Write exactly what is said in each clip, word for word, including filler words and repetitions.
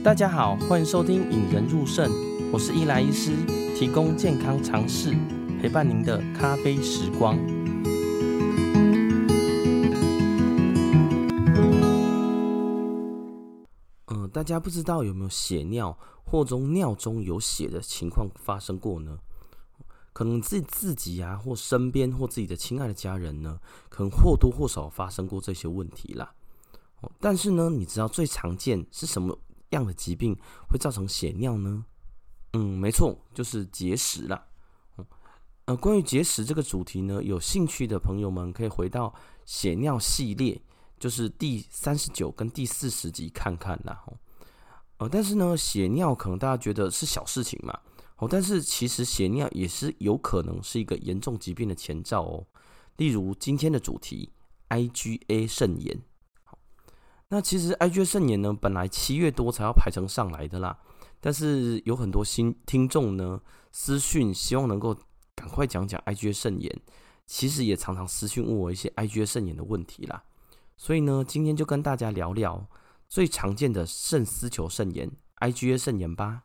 大家好，欢迎收听引人入胜，我是伊莱医师，提供健康常识，陪伴您的咖啡时光。呃，大家不知道有没有血尿或中尿中有血的情况发生过呢？可能自自己啊，或身边或自己的亲爱的家人呢，可能或多或少发生过这些问题啦。但是呢，你知道最常见是什么样的疾病会造成血尿呢？嗯，没错，就是结石啦。呃，关于结石这个主题呢，有兴趣的朋友们可以回到血尿系列，就是第三十九跟第四十集看看啦。呃，但是呢，血尿可能大家觉得是小事情嘛，哦，但是其实血尿也是有可能是一个严重疾病的前兆哦。例如今天的主题 I G A 肾炎。那其实 I G A 肾炎呢，本来七月多才要排成上来的啦，但是有很多新听众呢私讯，希望能够赶快讲讲 I G A 肾炎，其实也常常私讯问我一些 I G A 肾炎的问题啦，所以呢，今天就跟大家聊聊最常见的肾丝球肾炎 I G A 肾炎吧。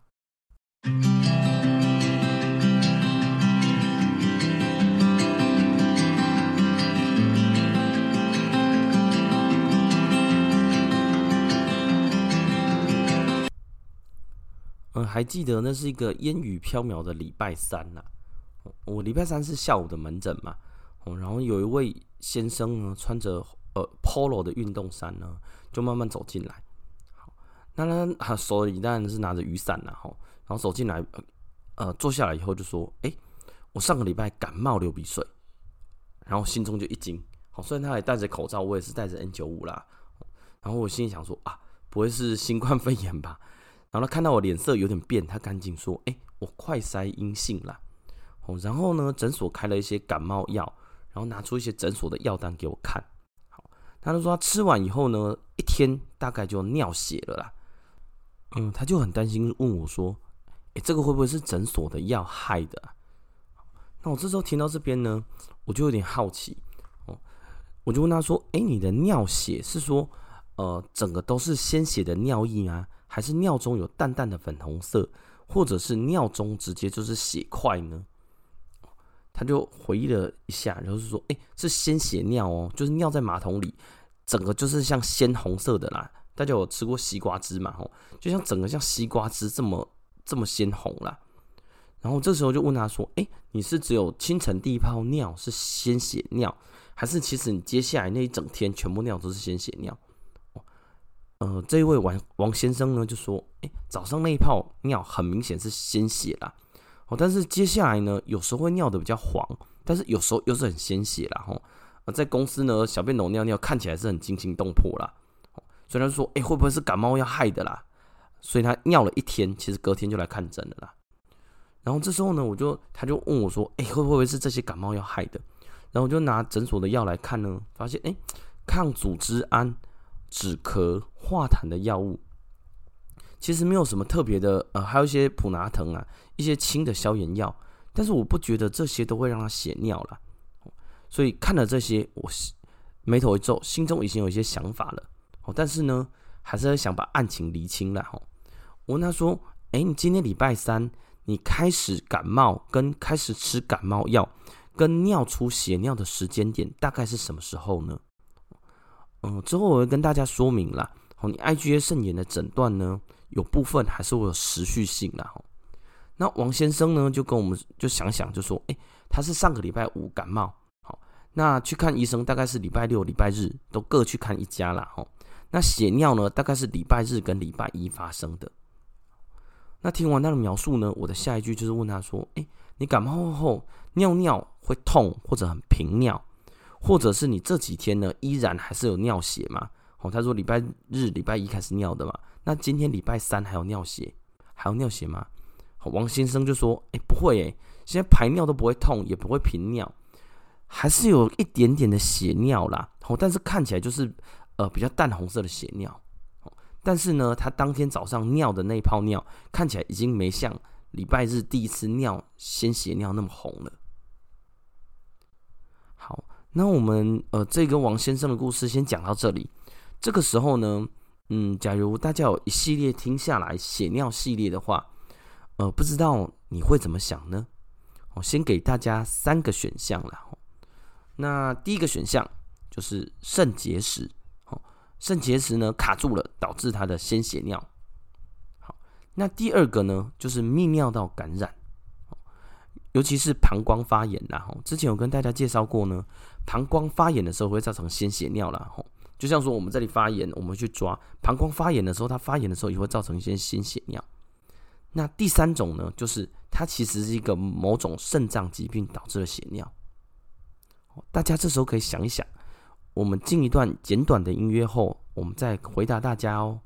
呃，还记得那是一个烟雨飘渺的礼拜三呐、啊，我礼拜三是下午的门诊嘛，然后有一位先生呢，穿着呃 polo 的运动衫呢，就慢慢走进来。好，那他手里当然是拿着雨伞啦，然后走进来，呃，坐下来以后就说：“哎、欸，我上个礼拜感冒流鼻水。”然后心中就一惊。好，虽然他也戴着口罩，我也是戴着 N 九十五 啦。然后我心里想说：“啊，不会是新冠肺炎吧？”然后他看到我脸色有点变，他赶紧说：“哎、欸，我快筛阴性啦。”哦，然后呢，诊所开了一些感冒药，然后拿出一些诊所的药单给我看。好，他就说他吃完以后呢，一天大概就尿血了啦。嗯，他就很担心，问我说：“哎、欸，这个会不会是诊所的药害的、啊？”那我这时候听到这边呢，我就有点好奇哦，我就问他说：“哎、欸，你的尿血是说，呃，整个都是鲜血的尿液啊？”还是尿中有淡淡的粉红色，或者是尿中直接就是血块呢？他就回忆了一下，然后是说：“哎、欸，是鲜血尿哦，就是尿在马桶里，整个就是像鲜红色的啦。大家有吃过西瓜汁嘛？吼，就像整个像西瓜汁这么这么鲜红啦。”然后这时候就问他说：“哎、欸，你是只有清晨第一泡尿是鲜血尿，还是其实你接下来那一整天全部尿都是鲜血尿？”呃，这一位王王先生呢就说：“哎、欸，早上那一泡尿很明显是鲜血啦，哦，但是接下来呢，有时候会尿的比较黄，但是有时候又是很鲜血啦，吼、呃，在公司呢，小便斗尿尿看起来是很惊心动魄啦，哦、所以他就说：哎、欸，会不会是感冒药害的啦？所以他尿了一天，其实隔天就来看诊了啦。然后这时候呢，我就他就问我说：哎、欸，会不会是这些感冒药害的？然后我就拿诊所的药来看呢，发现哎、欸，抗组织胺。”止咳化痰的药物，其实没有什么特别的，呃，还有一些普拿疼啊，一些轻的消炎药，但是我不觉得这些都会让他血尿啦，所以看了这些，我眉头一皱，心中已经有一些想法了，但是呢，还是想把案情厘清啦。我问他说：“哎、欸，你今天礼拜三，你开始感冒跟开始吃感冒药，跟尿出血尿的时间点大概是什么时候呢？”嗯，之后我会跟大家说明啦。你 I G A 肾炎的诊断呢，有部分还是会有持续性啦。那王先生呢，就跟我们就想想，就说：“哎、欸，他是上个礼拜五感冒，好，那去看医生大概是礼拜六、礼拜日都各去看一家啦。那血尿呢，大概是礼拜日跟礼拜一发生的。那听完他的描述呢，我的下一句就是问他说：哎、欸，你感冒后尿尿会痛或者很频尿？”或者是你这几天呢，依然还是有尿血吗？哦，他说礼拜日、礼拜一开始尿的嘛，那今天礼拜三还有尿血，还有尿血吗？王先生就说：“哎、欸，不会哎、欸，现在排尿都不会痛，也不会频尿，还是有一点点的血尿啦。哦，但是看起来就是呃比较淡红色的血尿。哦，但是呢，他当天早上尿的那一泡尿，看起来已经没像礼拜日第一次尿鲜血尿那么红了。”好。那我们呃，这个王先生的故事先讲到这里。这个时候呢， 嗯，假如大家有一系列听下来血尿系列的话，呃，不知道你会怎么想呢？我先给大家三个选项啦。那第一个选项就是肾结石，肾结石呢卡住了，导致他的鲜血尿。好，那第二个呢就是泌尿道感染，尤其是膀胱发炎啦。之前有跟大家介绍过呢，膀胱发炎的时候会造成鲜血尿啦。就像说我们这里发炎，我们去抓膀胱发炎的时候，它发炎的时候也会造成一些鲜血尿。那第三种呢，就是它其实是一个某种肾脏疾病导致的血尿。大家这时候可以想一想，我们进一段简短的音乐后，我们再回答大家哦。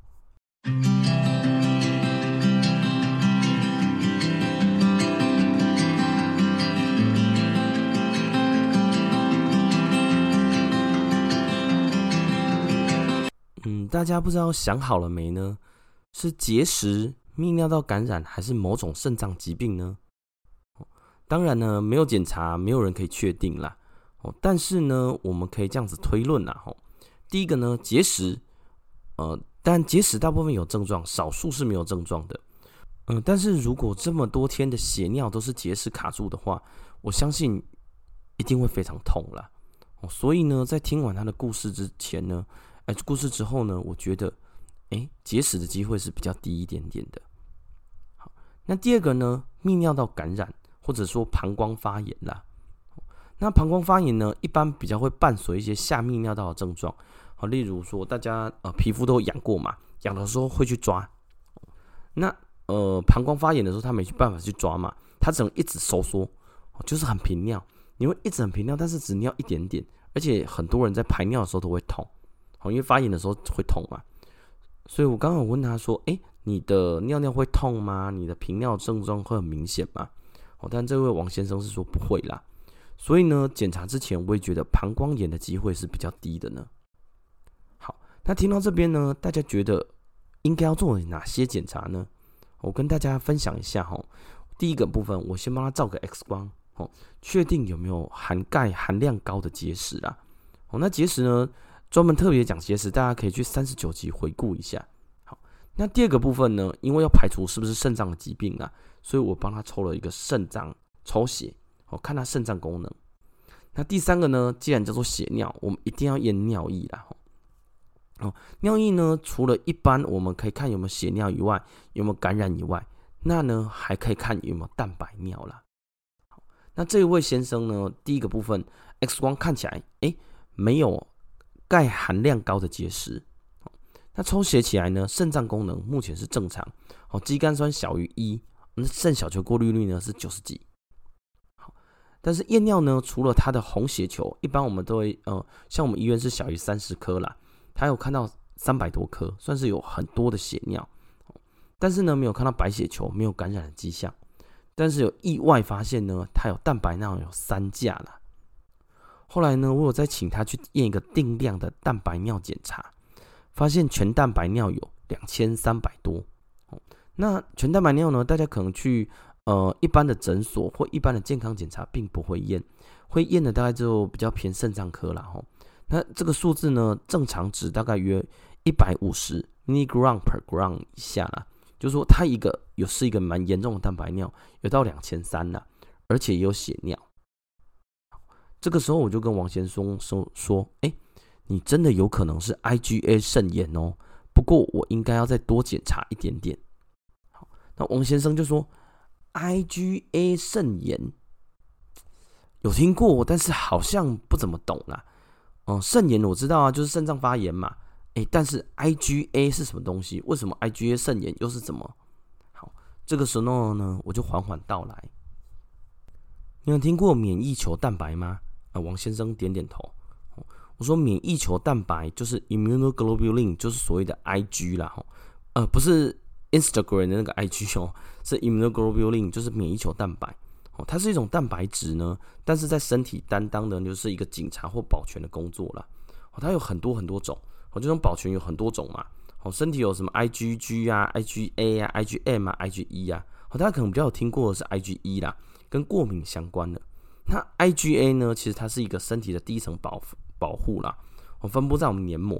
嗯，大家不知道想好了没呢？是结石、泌尿道感染，还是某种肾脏疾病呢？当然呢，没有检查，没有人可以确定啦。但是呢，我们可以这样子推论啦。第一个呢，结石，呃，但结石大部分有症状，少数是没有症状的。嗯、呃，但是如果这么多天的血尿都是结石卡住的话，我相信一定会非常痛啦。所以呢，在听完他的故事之前呢，哎，故事之后呢，我觉得，哎，结石的机会是比较低一点点的。好，那第二个呢，泌尿道感染或者说膀胱发炎啦。那膀胱发炎呢，一般比较会伴随一些下泌尿道的症状，好，例如说大家呃皮肤都痒过嘛，痒的时候会去抓。那呃膀胱发炎的时候，他没办法去抓嘛，他只能一直收缩，就是很频尿。你会一直很频尿，但是只尿一点点，而且很多人在排尿的时候都会痛，因为发炎的时候会痛嘛。所以我刚刚问他说：“哎，你的尿尿会痛吗？你的频尿症状会很明显吗？”但这位王先生是说不会啦。所以呢，检查之前我也觉得膀胱炎的机会是比较低的呢。好，那听到这边呢，大家觉得应该要做哪些检查呢？我跟大家分享一下哈。第一个部分，我先帮他照个 X 光，确定有没有含钙含量高的结石啊。那结石呢，专门特别讲结石，大家可以去三十九集回顾一下。好，那第二个部分呢，因为要排除是不是肾脏的疾病啊，所以我帮他抽了一个肾脏抽血。看他肾脏功能。那第三个呢，既然叫做血尿，我们一定要验尿液啦。哦，尿液呢，除了一般我们可以看有没有血尿以外，有没有感染以外，那呢还可以看有没有蛋白尿啦。好，那这一位先生呢，第一个部分 X 光看起来，哎，没有钙含量高的结石。那抽血起来呢，肾脏功能目前是正常。哦，肌酐酸小于一，那肾小球过滤率呢是九十几。但是验尿呢，除了它的红血球，一般我们都会呃，像我们医院是小于三十颗啦，他有看到三百多颗，算是有很多的血尿。但是呢，没有看到白血球，没有感染的迹象。但是有意外发现呢，他有蛋白尿有三价啦。后来呢，我有再请他去验一个定量的蛋白尿检查，发现全蛋白尿有两千三百多。那全蛋白尿呢，大家可能去呃，一般的诊所或一般的健康检查并不会验，会验的大概就比较偏肾脏科啦吼。那这个数字呢，正常值大概约一百五十 milligram per gram 以下啦，就是说它一个有是一个蛮严重的蛋白尿，有到两千三啦，而且也有血尿。这个时候我就跟王先生说说，哎，你真的有可能是 I G A 肾炎哦，不过我应该要再多检查一点点。好，那王先生就说。I G A 肾炎有听过，但是好像不怎么懂啦。哦，肾炎我知道啊，就是肾脏发炎嘛。哎，但是 I G A 是什么东西？为什么 I G A 肾炎又是怎么？好，这个时候呢，我就缓缓道来。你有听过免疫球蛋白吗？啊，王先生点点头。我说免疫球蛋白就是 immunoglobulin， 就是所谓的 I G 啦。呃，不是。Instagram 的那个 I G 哦，是 immunoglobulin， 就是免疫球蛋白哦，它是一种蛋白质呢，但是在身体担当的就是一个警察或保全的工作啦。哦，它有很多很多种，哦，这种保全有很多种嘛。哦，身体有什么 I G G 啊、I G A 啊、I G M 啊、I G E 啊，哦，大家可能比较有听过的是 I G E 啦，跟过敏相关的。那 I G A 呢，其实它是一个身体的第一层保保护啦，哦，分布在我们黏膜，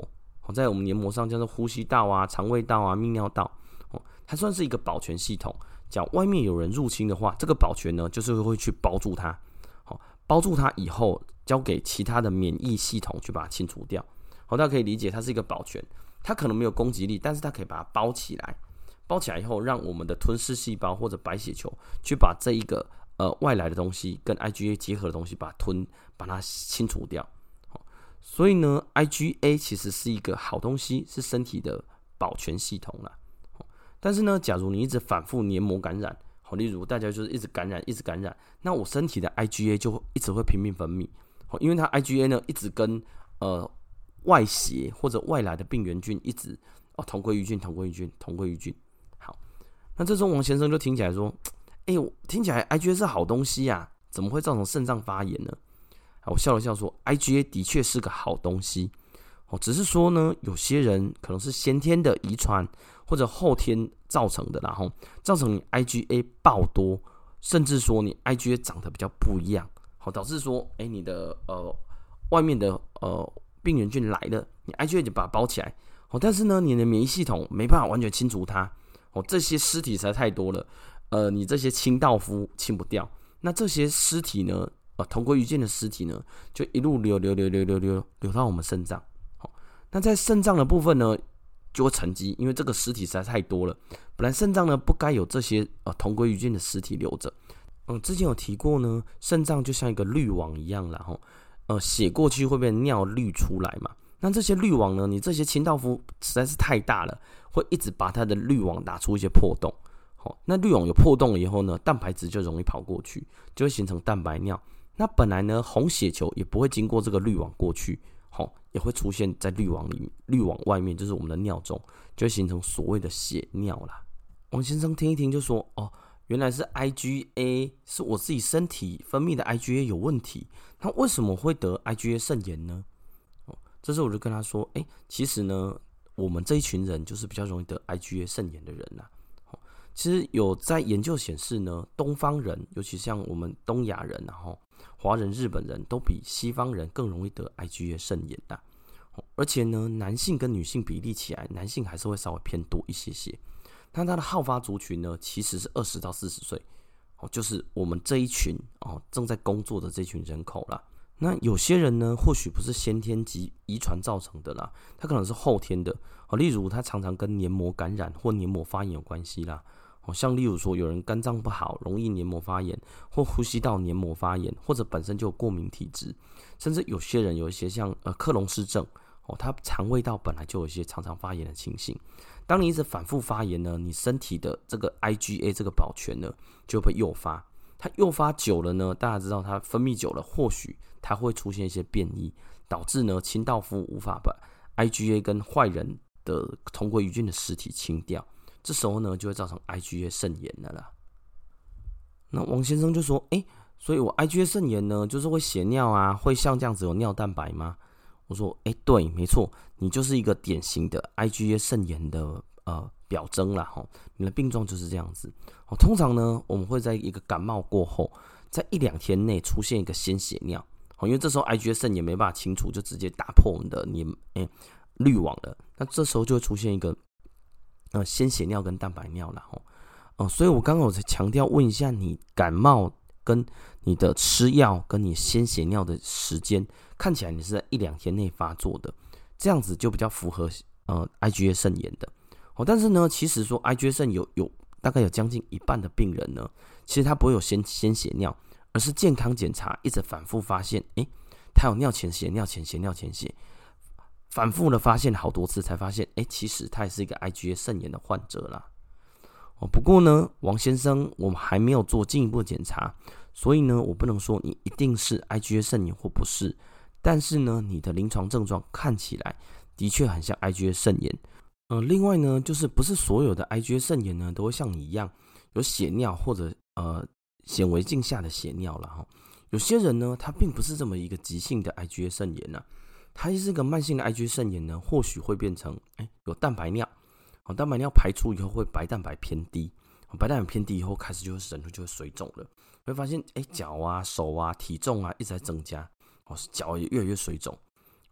在我们黏膜上叫做呼吸道啊、肠胃道啊、泌尿道，它算是一个保全系统。假如外面有人入侵的话，这个保全呢就是会去包住它，包住它以后交给其他的免疫系统去把它清除掉。大家可以理解，它是一个保全，它可能没有攻击力，但是它可以把它包起来。包起来以后，让我们的吞噬细胞或者白血球去把这一个呃外来的东西跟 I G A 结合的东西把它吞，把它清除掉。所以呢 ，I G A 其实是一个好东西，是身体的保全系统啦。但是呢，假如你一直反复黏膜感染，好，例如大家就是一直感染，一直感染，那我身体的 I G A 就一直会拼命分泌，因为它 I G A 呢一直跟呃外邪或者外来的病原菌一直哦同归于尽，同归于尽，同归于尽。好，那这时候王先生就听起来说，哎、欸，听起来 I G A 是好东西啊，怎么会造成肾脏发炎呢？我笑了笑说 ，I G A 的确是个好东西，哦，只是说呢，有些人可能是先天的遗传或者后天造成的啦，吼，造成你 I G A 爆多，甚至说你 I G A 长得比较不一样，好，导致说，哎、欸，你的呃外面的呃病原菌来了，你 I G A 就把它包起来，哦，但是呢，你的免疫系统没办法完全清除它，哦，这些尸体实在太多了，呃，你这些清道夫清不掉，那这些尸体呢？同归于尽的尸体呢，就一路流流流流流流流到我们肾脏。好，那在肾脏的部分呢，就会沉积，因为这个尸体实在太多了。本来肾脏呢不该有这些呃同归于尽的尸体留着。嗯，之前有提过呢，肾脏就像一个滤网一样啦，吼，呃，血过去会被尿滤出来嘛。那这些滤网呢，你这些清道夫实在是太大了，会一直把它的滤网打出一些破洞。好，那滤网有破洞了以后呢，蛋白质就容易跑过去，就会形成蛋白尿。那本来呢，红血球也不会经过这个滤网过去，好，也会出现在滤网里，滤网外面就是我们的尿中，就会形成所谓的血尿啦。王先生听一听就说：“哦，原来是 I G A， 是我自己身体分泌的 I G A 有问题，那为什么会得 I G A 肾炎呢？”哦，这时候我就跟他说：“哎、欸，其实呢，我们这一群人就是比较容易得 I G A 肾炎的人啦。其实有在研究显示呢，东方人，尤其像我们东亚人，然后华人、日本人都比西方人更容易得 I G A 肾炎的，而且呢，男性跟女性比例起来，男性还是会稍微偏多一些些。那它的好发族群呢，其实是二十到四十岁，就是我们这一群哦正在工作的这群人口啦。那有些人呢，或许不是先天及遗传造成的啦，他可能是后天的，例如他常常跟黏膜感染或黏膜发炎有关系啦。像例如说，有人肝脏不好，容易黏膜发炎，或呼吸道黏膜发炎，或者本身就有过敏体质，甚至有些人有一些像呃克隆氏症，哦，他肠胃道本来就有一些常常发炎的情形。当你一直反复发炎呢，你身体的这个 I G A 这个保全呢就会诱发，它诱发久了呢，大家知道它分泌久了，或许它会出现一些变异，导致呢清道夫无法把 I G A 跟坏人的同归于尽的尸体清掉。这时候呢，就会造成 I G A 肾炎了啦。那王先生就说：“哎、欸，所以我 I G A 肾炎呢，就是会血尿啊，会像这样子有尿蛋白吗？”我说：“哎、欸，对，没错，你就是一个典型的 I G A 肾炎的呃表征啦，吼，你的病状就是这样子。哦，通常呢，我们会在一个感冒过后，在一两天内出现一个鲜血尿，哦，因为这时候 I G A 肾炎没办法清除，就直接打破我们的黏哎滤网了，那这时候就会出现一个。”呃，鲜血尿跟蛋白尿啦，吼，哦，所以我刚刚我才强调问一下，你感冒跟你的吃药跟你鲜血尿的时间，看起来你是在一两天内发作的，这样子就比较符合呃 I G A 肾炎的，哦，但是呢，其实说 I G A 肾有有大概有将近一半的病人呢，其实他不会有鲜鲜血尿，而是健康检查一直反复发现，诶，他有尿潜血、尿潜血、尿潜血。反复的发现好多次，才发现，哎，其实他也是一个 I G A 肾炎的患者啦。哦，不过呢，王先生，我们还没有做进一步的检查，所以呢，我不能说你一定是 I G A 肾炎或不是。但是呢，你的临床症状看起来的确很像 I G A 肾炎。呃，另外呢，就是不是所有的 I G A 肾炎呢，都会像你一样有血尿或者呃显微镜下的血尿了哈。有些人呢，他并不是这么一个急性的 I G A 肾炎呐。它是一个慢性的 I G A 肾炎呢，或许会变成哎有蛋白尿，哦，蛋白尿排出以后会白蛋白偏低，哦，白蛋白偏低以后开始就会人就会水肿了，会发现哎脚啊手啊体重啊一直在增加，哦脚也越来越水肿，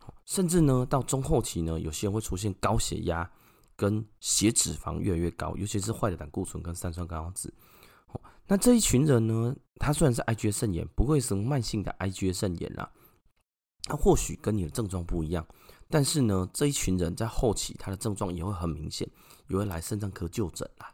甚至呢到中后期呢，有些人会出现高血压跟血脂肪越来越高，尤其是坏的胆固醇跟三酸甘油酯。那这一群人呢，他虽然是 I G A 肾炎，不会是慢性的 I G A 肾炎啦，他或许跟你的症状不一样，但是呢，这一群人在后期他的症状也会很明显，也会来肾脏科就诊啦。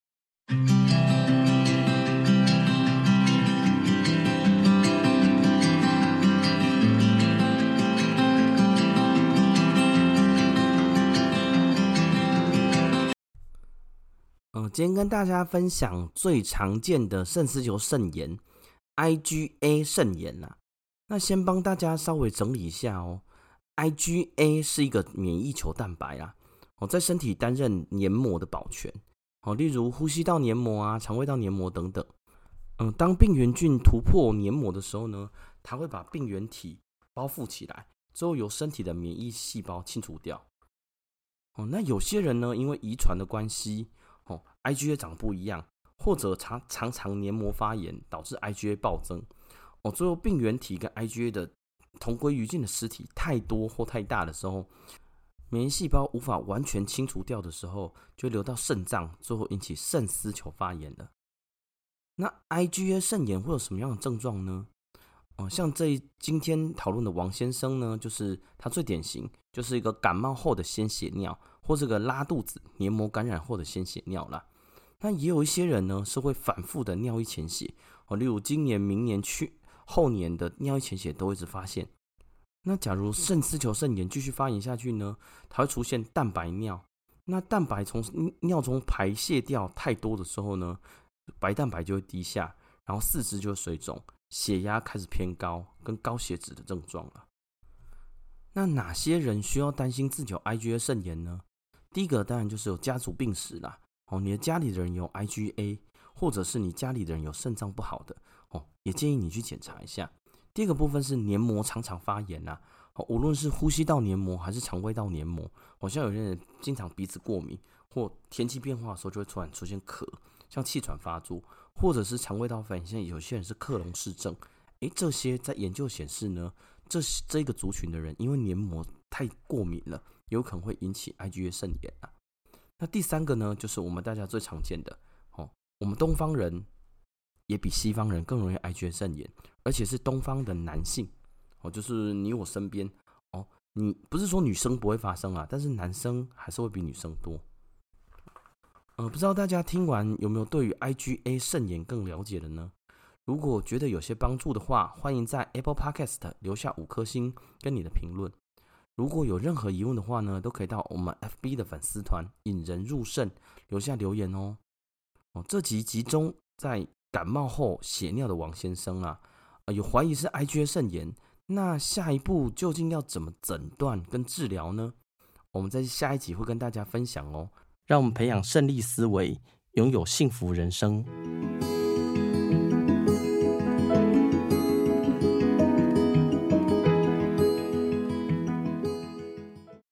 呃，今天跟大家分享最常见的肾丝球肾炎 I G A 肾炎啦。那先帮大家稍微整理一下哦。I G A 是一个免疫球蛋白啦，哦，在身体担任黏膜的保全，哦，例如呼吸道黏膜啊、肠胃道黏膜等等。嗯，当病原菌突破黏膜的时候呢，它会把病原体包覆起来，之后由身体的免疫细胞清除掉。哦，那有些人呢，因为遗传的关系，哦 I G A 长不一样，或者常常常黏膜发炎导致 I G A 暴增，哦，最后病原体跟 I G A 的同归于尽的尸体太多或太大的时候，免疫细胞无法完全清除掉的时候，就流到肾脏，最后引起肾丝球发炎了。那 I G A 肾炎会有什么样的症状呢？哦，像这今天讨论的王先生呢，就是他最典型，就是一个感冒后的鲜血尿，或者个拉肚子、黏膜感染后的鲜血尿啦。那也有一些人呢，是会反复的尿液潜血，哦，例如今年、明年、去后年的尿液潜血都一直发现。那假如肾丝球肾炎继续发炎下去呢，它会出现蛋白尿。那蛋白从尿中排泄掉太多的时候呢，白蛋白就会低下，然后四肢就会水肿，血压开始偏高，跟高血脂的症状了。那哪些人需要担心自己有 I G A 肾炎呢？第一个当然就是有家族病史啦，哦，你的家里的人有 I G A， 或者是你家里的人有肾脏不好的，哦，也建议你去检查一下。第二个部分是黏膜常常发炎啦，哦，无论是呼吸道黏膜还是肠胃道黏膜，好像有些人经常鼻子过敏，或天气变化的时候就会突然出现咳，像气喘发作，或者是肠胃道发炎，现在有些人是克隆氏症。诶，这些在研究显示呢，这这个族群的人因为黏膜太过敏了，有可能会引起 I G A 肾炎啊。那第三个呢，就是我们大家最常见的，哦，我们东方人也比西方人更容易 I G A 肾炎，而且是东方的男性，哦，就是你我身边，哦，你不是说女生不会发生啊，但是男生还是会比女生多。呃，不知道大家听完有没有对于 I G A 肾炎更了解了呢？如果觉得有些帮助的话，欢迎在 Apple Podcast 留下五颗星跟你的评论。如果有任何疑问的话呢，都可以到我们 F B 的粉丝团引人入胜留下留言哦。哦，这集集中在感冒后血尿的王先生啊，呃、有怀疑是 I G A 肾炎，那下一步究竟要怎么诊断跟治疗呢？我们在下一集会跟大家分享哦。让我们培养胜利思维，拥有幸福人生。